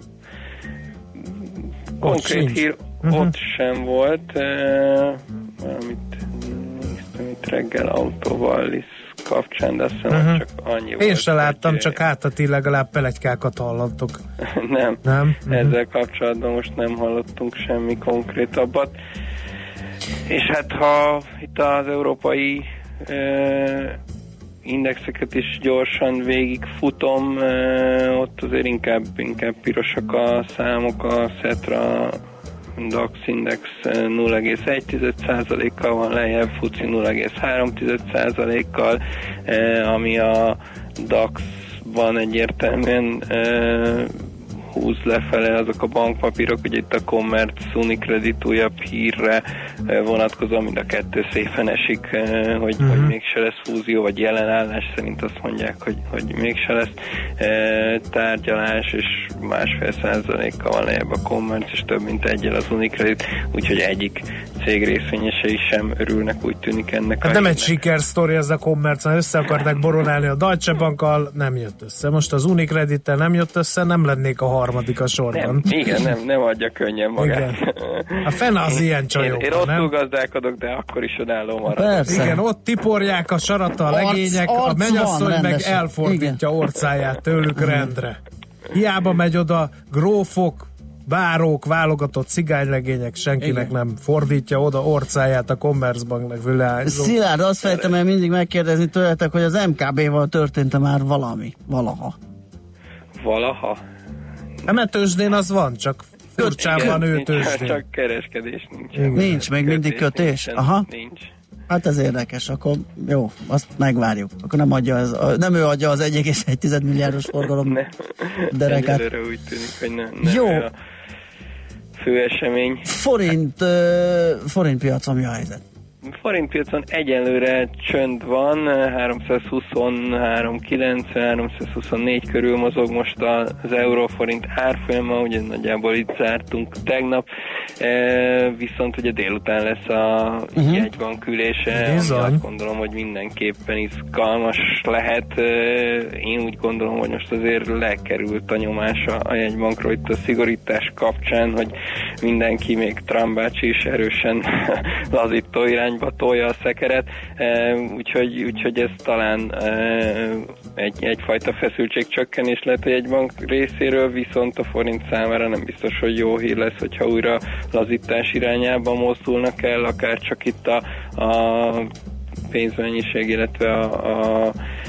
Konkrét hír uh-huh. ott sem volt, uh, valamit néztem itt reggel autóval is kapcsán, de azt hiszem, uh-huh. csak annyi Én volt. Én se láttam, hogy, csak hát a ti legalább peletykákat hallottok. nem, nem? ezzel uh-huh. kapcsolatban most nem hallottunk semmi konkrétabbat. És hát ha itt az európai uh, indexeket is gyorsan végigfutom, uh, ott azért inkább, inkább pirosak a számok, a Cetra DAX index nulla egész egy százalékkal van lejjebb, FTSE nulla egész három százalékkal, eh, ami a DAX-ban egyértelműen eh, húz lefele azok a bankpapírok, hogy itt a Commerz Unicredit újabb hírre vonatkozóan, mind a kettő szépen esik, hogy, uh-huh. hogy mégse lesz fúzió, vagy jelenállás szerint azt mondják, hogy, hogy mégse lesz tárgyalás, és másfél százalékkal van lejjebb a Commerz, és több mint egyel az Unicredit, úgyhogy egyik cég részvényesei sem örülnek, úgy tűnik ennek. Hát nem egy sikersztori ez a Commerz, össze akarták boronálni a Deutsche Bankkal, nem jött össze. Most az Unicredittel nem jött össze, nem lennék a harmadik a sorban. Nem, igen, nem, nem adja könnyen magát. Igen. A fenn az ilyen csajok. Én, én rosszul gazdálkodok, de akkor is önálló marad. Persze. Igen, ott tiporják a sarata a legények, arc, arc a mennyasszony meg elfordítja orcáját tőlük rendre. Hiába megy oda grófok, bárók, válogatott cigánylegények, senkinek igen. nem fordítja oda orcáját a Commerzbanknak világzó. Szilárd, azt fejtem el mindig megkérdezni tőletek, hogy az em ká bé-val történt-e már valami, valaha? Valaha? Nem, mert tőzsdén az van, csak furcsán van ő tőzsdén. Csak kereskedés nincs. Igen. Nincs, még mindig kötés? Aha. Nincs. Hát ez érdekes, akkor jó, azt megvárjuk. Akkor nem adja ez, nem ő adja az egy egész egy milliárdos forgalom ne. derekát. Egyelőre úgy tűnik, hogy nem, nem jó. a fő esemény. Forint, uh, forint piacon mi a helyzet? Forintpiacon egyelőre csönd van, háromszázhuszonhárom kilencven háromszázhuszonnégy körül mozog most az euróforint árfolyama, ugye nagyjából itt zártunk tegnap, e, viszont ugye délután lesz a uh-huh. jegybank ülése, ami azt gondolom, hogy mindenképpen izgalmas lehet. Én úgy gondolom, hogy most azért lekerült a nyomás a jegybankról itt a szigorítás kapcsán, hogy mindenki, még Trump bácsi is erősen lazító irány tolja a szekeret, úgyhogy, úgyhogy ez talán egy, egyfajta feszültségcsökkenés lehet a jegybank részéről, viszont a forint számára nem biztos, hogy jó hír lesz, hogyha újra lazítás irányába mozdulnak el, akár csak itt a, a pénzmennyiség, illetve a, a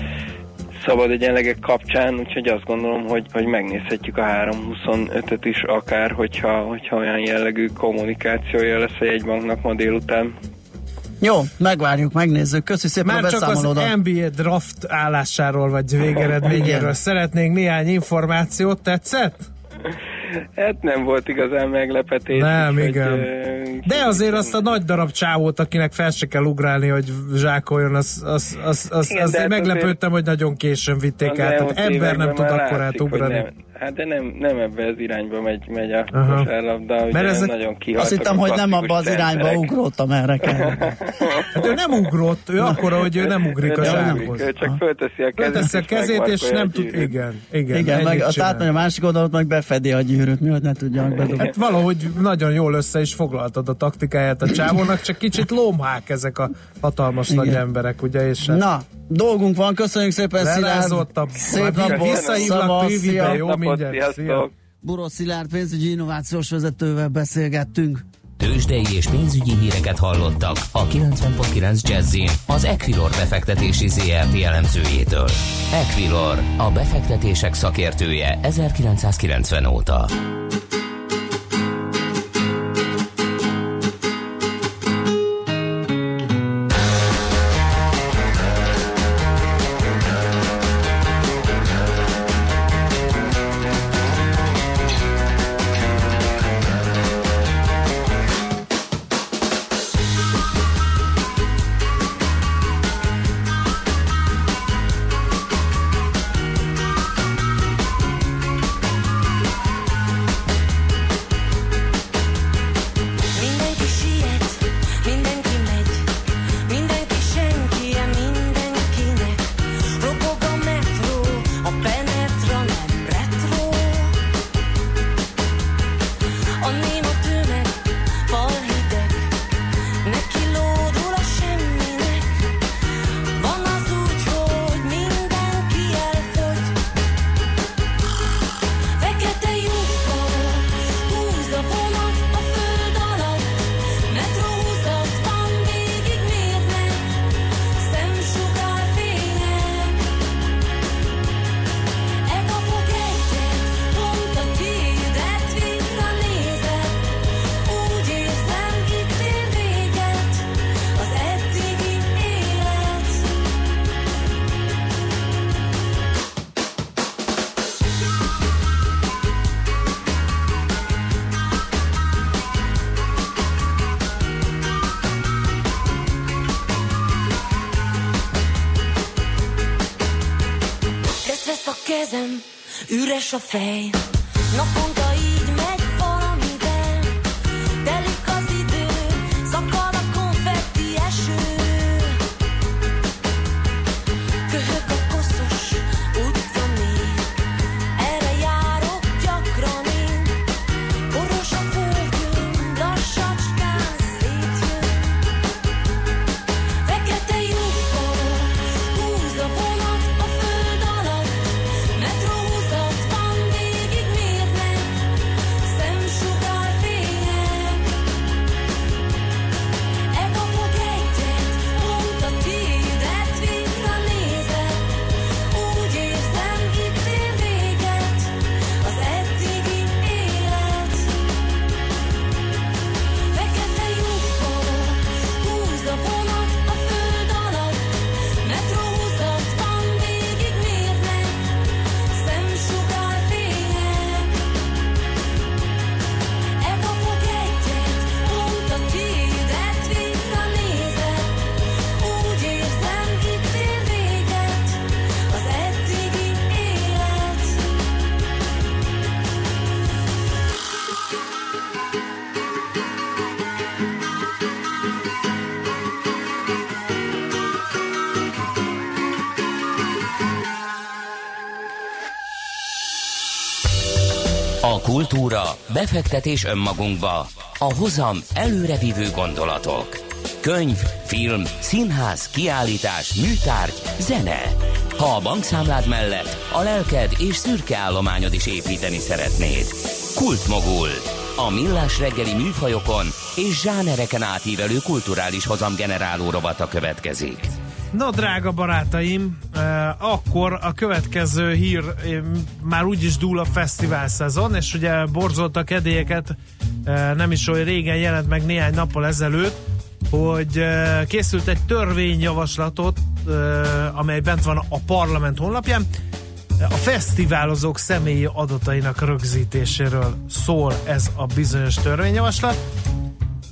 szabad egyenlegek kapcsán, úgyhogy azt gondolom, hogy, hogy megnézhetjük a három huszonötöt is akár, hogyha, hogyha olyan jellegű kommunikációja lesz a jegybanknak ma délután. Jó, megvárjuk, megnézzük. Köszi szépen már a beszámolódat. Már csak az en bé á draft állásáról vagy végeredményéről szeretnénk néhány információt. Tetszett? Hát nem volt igazán meglepetés. Nem, úgy, igen. Hogy, De azért azt a nagy darab csávót, akinek fel se kell ugrálni, hogy zsákoljon, az, az, az, az, Igen, azért meglepődtem, azért hogy nagyon későn vitték át. Tehát ember nem tud akkor átugrani. Hát de nem, nem ebbe az irányba megy, megy a kosárlabda, ugye ezek, nagyon kihaltak. Azt hittem, hogy nem abba az irányba ugrottam erre kell. Hát ő nem ugrott, ő akkor, hogy ő nem ugrik a zsákhoz. Ő csak fölteszi a kezét, fölteszi a kezét és, és nem tud, igen. Igen, igen meg azt átmegy a másik oldalot, meg befedi a gyűrűt, mi hogy ne tudjanak bedobni. Hát valahogy nagyon jól össze is foglaltad a taktikáját a csávónak, csak kicsit lomhák ezek a hatalmas igen. nagy emberek, ugye? És hát na, dolgunk van, köszönjük szépen, Szilárd. Szép napot, visszahívlak tévében, jó, mindjárt. Szia. Buró Szilárd pénzügyi innovációs vezetővel beszélgettünk. Tőzsdei és pénzügyi híreket hallottak a kilencven pont kilenc Jazzin az Equilor befektetési zé er té elemzőjétől. Equilor, a befektetések szakértője ezerkilencszázkilencven óta. Üres a fej, naponta így megy valamivel, telik az idő, szakad a konfetti eső, köhög a koszos utca mély, erre járok gyakran én, boros a földön, lassacskán szétjön, fekete lyukban húz a vonat a föld alatt, metróhúzat van végig mérnek, szemsugárfények. Elkapok egyet, pont a tiédet visszanézek, úgy érzem, itt ér véget az eddigi élet. Fekete lyukban húz a vonat a föld alatt, metróhúzat van végig mérnek, szemsugárfények. Elkapok egyet, pont a tiédet visszanézek, úgy érzem, itt ér véget az eddigi élet. A kultúra, befektetés önmagunkba, a hozam előrevívő gondolatok. Könyv, film, színház, kiállítás, műtárgy, zene. Ha a bankszámlád mellett a lelked és szürke állományod is építeni szeretnéd. Kultmogul. A millás reggeli műfajokon és zsánereken átívelő kulturális hozamgeneráló rovata következik. Na, drága barátaim, eh, akkor a következő hír eh, már úgyis dúl a fesztivál szezon, és ugye borzoltak edélyeket, eh, nem is olyan régen jelent meg néhány nappal ezelőtt, hogy eh, készült egy törvényjavaslatot, eh, amely bent van a parlament honlapján, a fesztiválozók személyi adatainak rögzítéséről szól ez a bizonyos törvényjavaslat.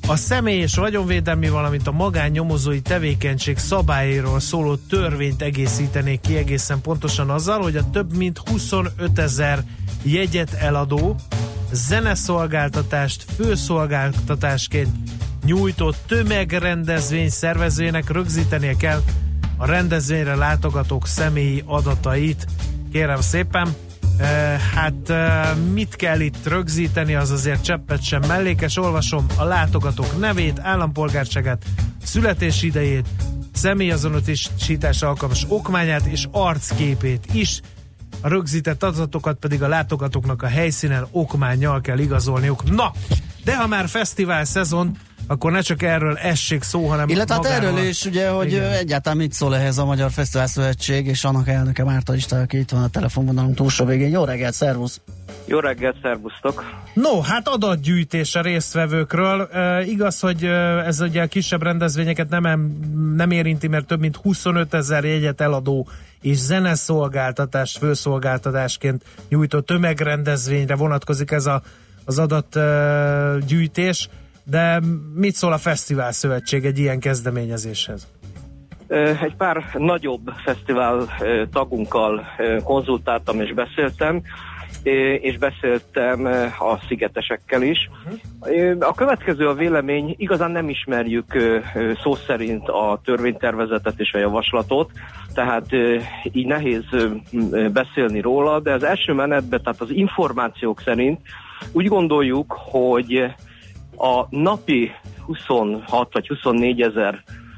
A személy és vagyonvédelmi, valamint a magánnyomozói tevékenység szabályairól szóló törvényt egészítenék ki egészen pontosan azzal, hogy a több mint huszonötezer jegyet eladó, zeneszolgáltatást főszolgáltatásként nyújtott tömegrendezvény szervezőjének rögzítenie kell a rendezvényre látogatók személyi adatait. Kérem szépen, e, hát e, mit kell itt rögzíteni, az azért cseppet sem mellékes. Olvasom: a látogatók nevét, állampolgárságát, születési idejét, személyazonosításra alkalmas okmányát és arcképét is. A rögzített adatokat pedig a látogatóknak a helyszínen okmánnyal kell igazolniuk. Na, de ha már fesztivál szezon, akkor ne csak erről essék szó, hanem illetve hát magáról. erről is, ugye, hogy igen, egyáltalán mit szól ehhez a Magyar Fesztivál Szövetség, és annak elnöke Márta István, aki itt van a telefonvonalunk túlsó végén. Jó reggelt, szervusz! Jó reggelt, szervusztok! No, hát adatgyűjtés a résztvevőkről. E, igaz, hogy ez ugye a kisebb rendezvényeket nem, nem érinti, mert több mint huszonötezer jegyet eladó és zeneszolgáltatás főszolgáltatásként nyújtó tömegrendezvényre vonatkozik ez a, az adatgyűjtés. De mit szól a Fesztivál Szövetség egy ilyen kezdeményezéshez? Egy pár nagyobb fesztivál tagunkkal konzultáltam és beszéltem, és beszéltem a szigetesekkel is. A következő a vélemény: igazán nem ismerjük szó szerint a törvénytervezetet és a javaslatot, tehát így nehéz beszélni róla, de az első menetben, tehát az információk szerint úgy gondoljuk, hogy a napi huszonhat vagy huszonnégy ezer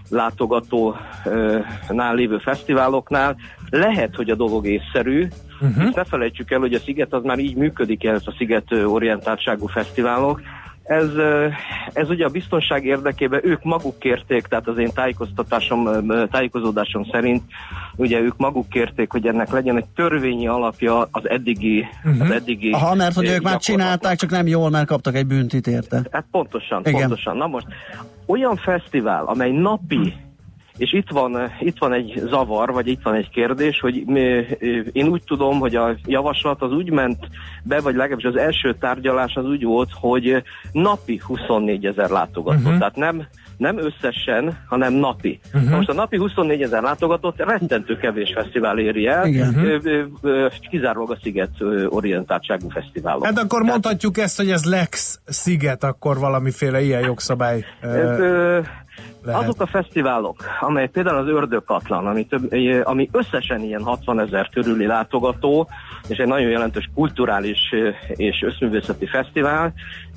látogatónál lévő fesztiváloknál lehet, hogy a dolog észszerű, uh-huh. és ne felejtsük el, hogy a Sziget az már így működik, ez a Sziget orientáltságú fesztiválok. Ez, ez ugye a biztonság érdekében ők maguk kérték, tehát az én tájékoztatásom, tájékozódásom szerint ugye ők maguk kérték, hogy ennek legyen egy törvényi alapja az eddigi... Uh-huh. Az eddigi Aha, mert hogy ők már csinálták, csak nem jól, mert kaptak egy büntit érte. Hát pontosan, igen. pontosan. Na most, olyan fesztivál, amely napi, és itt van, itt van egy zavar, vagy itt van egy kérdés, hogy én úgy tudom, hogy a javaslat az úgy ment be, vagy legalábbis az első tárgyalás az úgy volt, hogy napi huszonnégy ezer látogató. Uh-huh. Tehát nem, nem összesen, hanem napi. Uh-huh. Most a napi huszonnégy ezer látogatót rettentő kevés fesztivál éri el, uh-huh. kizárólag a Sziget orientáltságú fesztiválok. Hát akkor Tehát, mondhatjuk ezt, hogy ez Lex Sziget, akkor valamiféle ilyen jogszabály... Ez, ö, Lehet. Azok a fesztiválok, amelyek például az Ördögkatlan, ami, több, ami összesen ilyen hatvanezer körüli látogató, és egy nagyon jelentős kulturális és összművészeti fesztivál,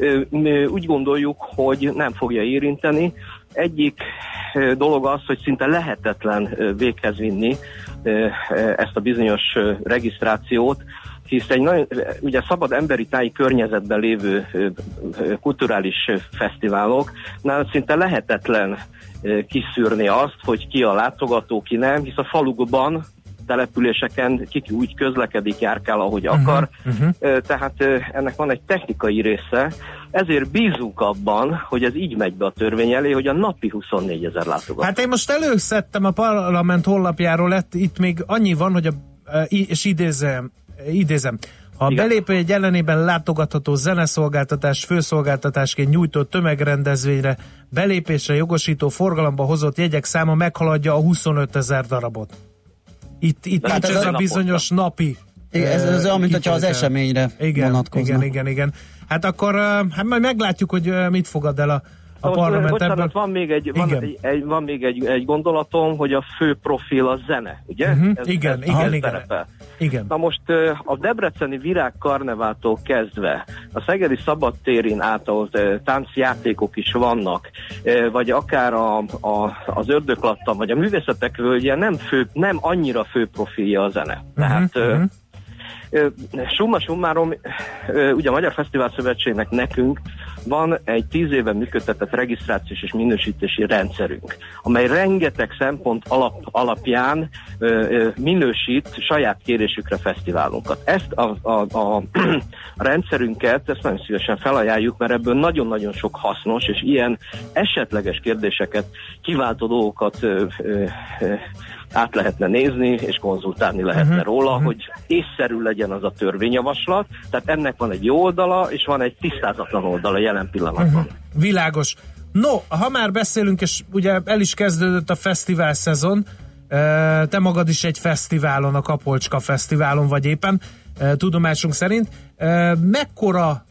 úgy gondoljuk, hogy nem fogja érinteni. Egyik dolog az, hogy szinte lehetetlen véghez vinni ezt a bizonyos regisztrációt, hisz egy nagyon, ugye szabad emberi táji környezetben lévő kulturális fesztiváloknál szinte lehetetlen kiszűrni azt, hogy ki a látogató, ki nem, hisz a falukban, településeken ki úgy közlekedik, járkál, ahogy uh-huh, akar. Uh-huh. Tehát ennek van egy technikai része, ezért bízunk abban, hogy ez így megy be a törvény elé, hogy a napi huszonnégy ezer látogató. Hát én most előszedtem a parlament honlapjáról, lett, itt még annyi van, hogy a, és idézem, idézem ha a belépő egy ellenében látogatható zeneszolgáltatás főszolgáltatásként nyújtott tömegrendezvényre belépésre jogosító forgalomba hozott jegyek száma meghaladja a huszonötezer darabot. Itt, itt nincs ez, ez a bizonyos napi. Igen, ez, ez olyan, mint hogyha az eseményre igen, vonatkozna. Igen, igen, igen. Hát akkor hát majd meglátjuk, hogy mit fogad el a, a most, parlament. Bocsánat, van még, egy, van, egy, egy, van még egy, egy gondolatom, hogy a fő profil a zene, ugye? Uh-huh, ez, igen, ez igen, igen, igen. Na most a debreceni Virágkarneváltól kezdve a szegedi szabadtérin át, ahol táncjátékok is vannak, vagy akár a, a, az Ördögkatlan, vagy a Művészetek Völgye nem, fő, nem annyira fő profilja a zene. Uh-huh, Tehát uh-huh. summa summarum, ugye a Magyar Fesztivál Szövetségnek nekünk van egy tíz éve működtetett regisztrációs és minősítési rendszerünk, amely rengeteg szempont alap, alapján ö, ö, minősít saját kérésükre fesztiválunkat. Ezt a, a, a, a rendszerünket, ezt nagyon szívesen felajánljuk, mert ebből nagyon-nagyon sok hasznos és ilyen esetleges kérdéseket kiváltó dolgokat ö, ö, ö, át lehetne nézni, és konzultálni lehetne uh-huh, róla, uh-huh. hogy észszerű legyen az a törvényjavaslat. Tehát ennek van egy jó oldala, és van egy tisztázatlan oldala jelen pillanatban. Uh-huh. Világos. No, ha már beszélünk, és ugye el is kezdődött a fesztivál szezon, te magad is egy fesztiválon, a Kapolcska Fesztiválon vagy éppen, tudomásunk szerint. Mekkora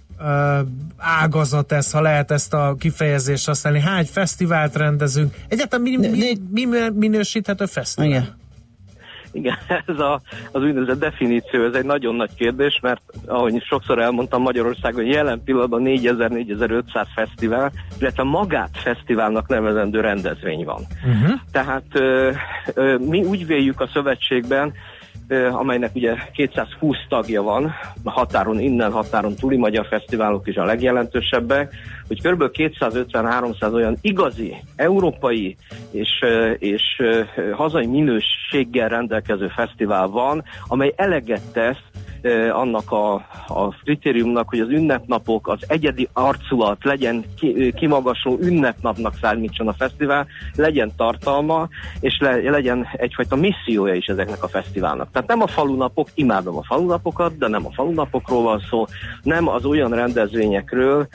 ágazat ez, ha lehet ezt a kifejezést használni? Hány fesztivált rendezünk? Egyáltalán mi, mi, mi minősíthető fesztivál? Igen. Igen, ez a, az úgynevezett definíció, ez egy nagyon nagy kérdés, mert ahogy sokszor elmondtam, Magyarországon jelen pillanatban négyezer-négyezer-ötszáz fesztivál, illetve magát fesztiválnak nevezendő rendezvény van. Uh-huh. Tehát ö, ö, mi úgy véljük a szövetségben, amelynek ugye kétszázhúsz tagja van, a határon, innen határon túli magyar fesztiválok is a legjelentősebbek, hogy kb. kétszázötven-háromszáz olyan igazi, európai és, és hazai minőséggel rendelkező fesztivál van, amely eleget tesz annak a, a kritériumnak, hogy az ünnepnapok, az egyedi arculat legyen ki, kimagasló ünnepnapnak számítson a fesztivál, legyen tartalma, és le, legyen egyfajta missziója is ezeknek a fesztiválnak. Tehát nem a falunapok, imádom a falunapokat, de nem a falunapokról van szó, nem az olyan rendezvényekről,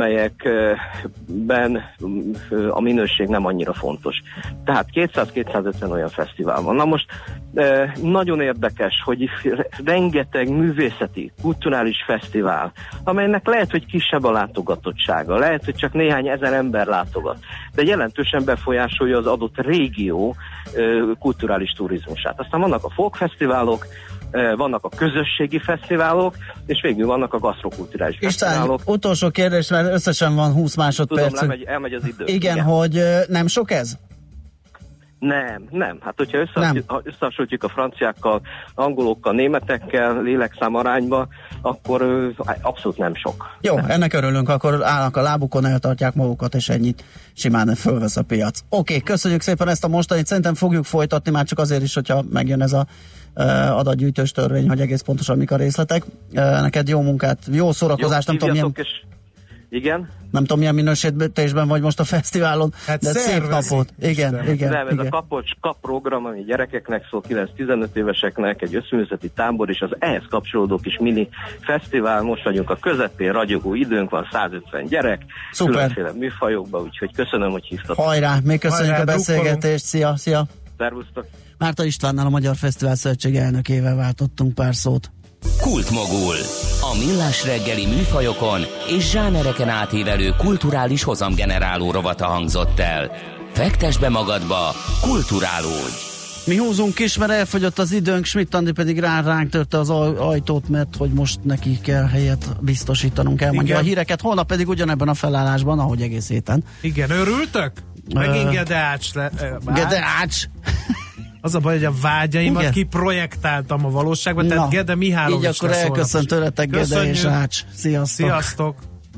amelyekben a minőség nem annyira fontos. Tehát kétszáz-kétszázötven olyan fesztivál van. Na most nagyon érdekes, hogy rengeteg művészeti, kulturális fesztivál, amelynek lehet, hogy kisebb a látogatottsága, lehet, hogy csak néhány ezer ember látogat, de jelentősen befolyásolja az adott régió kulturális turizmusát. Aztán vannak a folkfesztiválok, vannak a közösségi fesztiválok, és végül vannak a gasztrokulturális fesztiválok. István, utolsó kérdés, mert összesen van húsz másodperc. Tudom, elmegy, elmegy az idő. Igen, Igen, hogy nem sok ez? Nem, nem. Hát, hogyha összehasonlítjuk a franciákkal, angolokkal, németekkel, lélekszám arányba, akkor ö, abszolút nem sok. Jó, nem. Ennek örülünk, akkor állnak a lábukon, eltartják magukat, és ennyit simán fölvesz a piac. Oké, okay, köszönjük szépen ezt a mostanit, szerintem fogjuk folytatni, már csak azért is, hogyha megjön ez a uh, adatgyűjtős törvény, hogy egész pontosan mik a részletek. Uh, neked jó munkát, jó szórakozást, jó, nem tudom milyen... És... Igen? Nem tudom, milyen minősítésben vagy most a fesztiválon, hát de szép napot. Igen, nem, igen. Nem, ez igen. a Kapolcska program, ami gyerekeknek szól, kilenc-tizenöt éveseknek, egy összművészeti tábor, és az ehhez kapcsolódó kis mini fesztivál. Most vagyunk a közepén, ragyogó időnk van, százötven gyerek, Szuper. Különféle műfajokba, úgyhogy köszönöm, hogy hívtatok. Hajrá, még köszönjük Hajrá, a beszélgetést, szia, szia. Szervusztok. Márta Istvánnal, a Magyar Fesztivál Szövetség elnökével váltottunk pár szót. Kultmogul. A millás reggeli műfajokon és zsánereken átívelő kulturális hozamgeneráló rovata hangzott el. Fektesd be magadba, kulturálódj! Mi húzunk is, mert elfogyott az időnk, Schmidt Andi pedig rá ránk törte az ajtót, mert hogy most neki kell helyet biztosítanunk, elmondja Igen. a híreket, holnap pedig ugyanebben a felállásban, ahogy egész héten. Igen, örültök? Megint Gedeács le... Gedeács! Az a baj, hogy a vágyaimat Igen. kiprojektáltam a valóságban, tehát Gede Mihálovics. Így akkor elköszön tőletek Gede és Ács. Sziasztok! Sziasztok!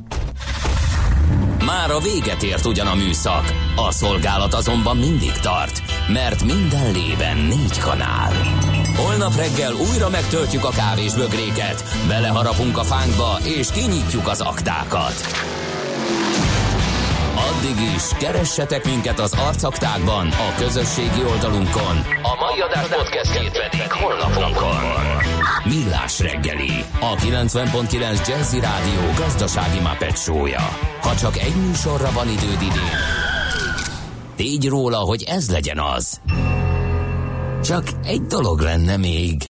Már a véget ért ugyan a műszak, a szolgálat azonban mindig tart, mert minden lében négy kanál. Holnap reggel újra megtöltjük a kávésbögréket, beleharapunk a fánkba és kinyitjuk az aktákat. Addig is keressetek minket az arcaktákban, a közösségi oldalunkon. A mai adás podcastjét pedig honlapunkon. Millás reggeli, a kilencven pont kilenc Jazzy Rádió gazdasági Muppet show-ja. Ha csak egy műsorra van időd idén, tégy róla, hogy ez legyen az. Csak egy dolog lenne még.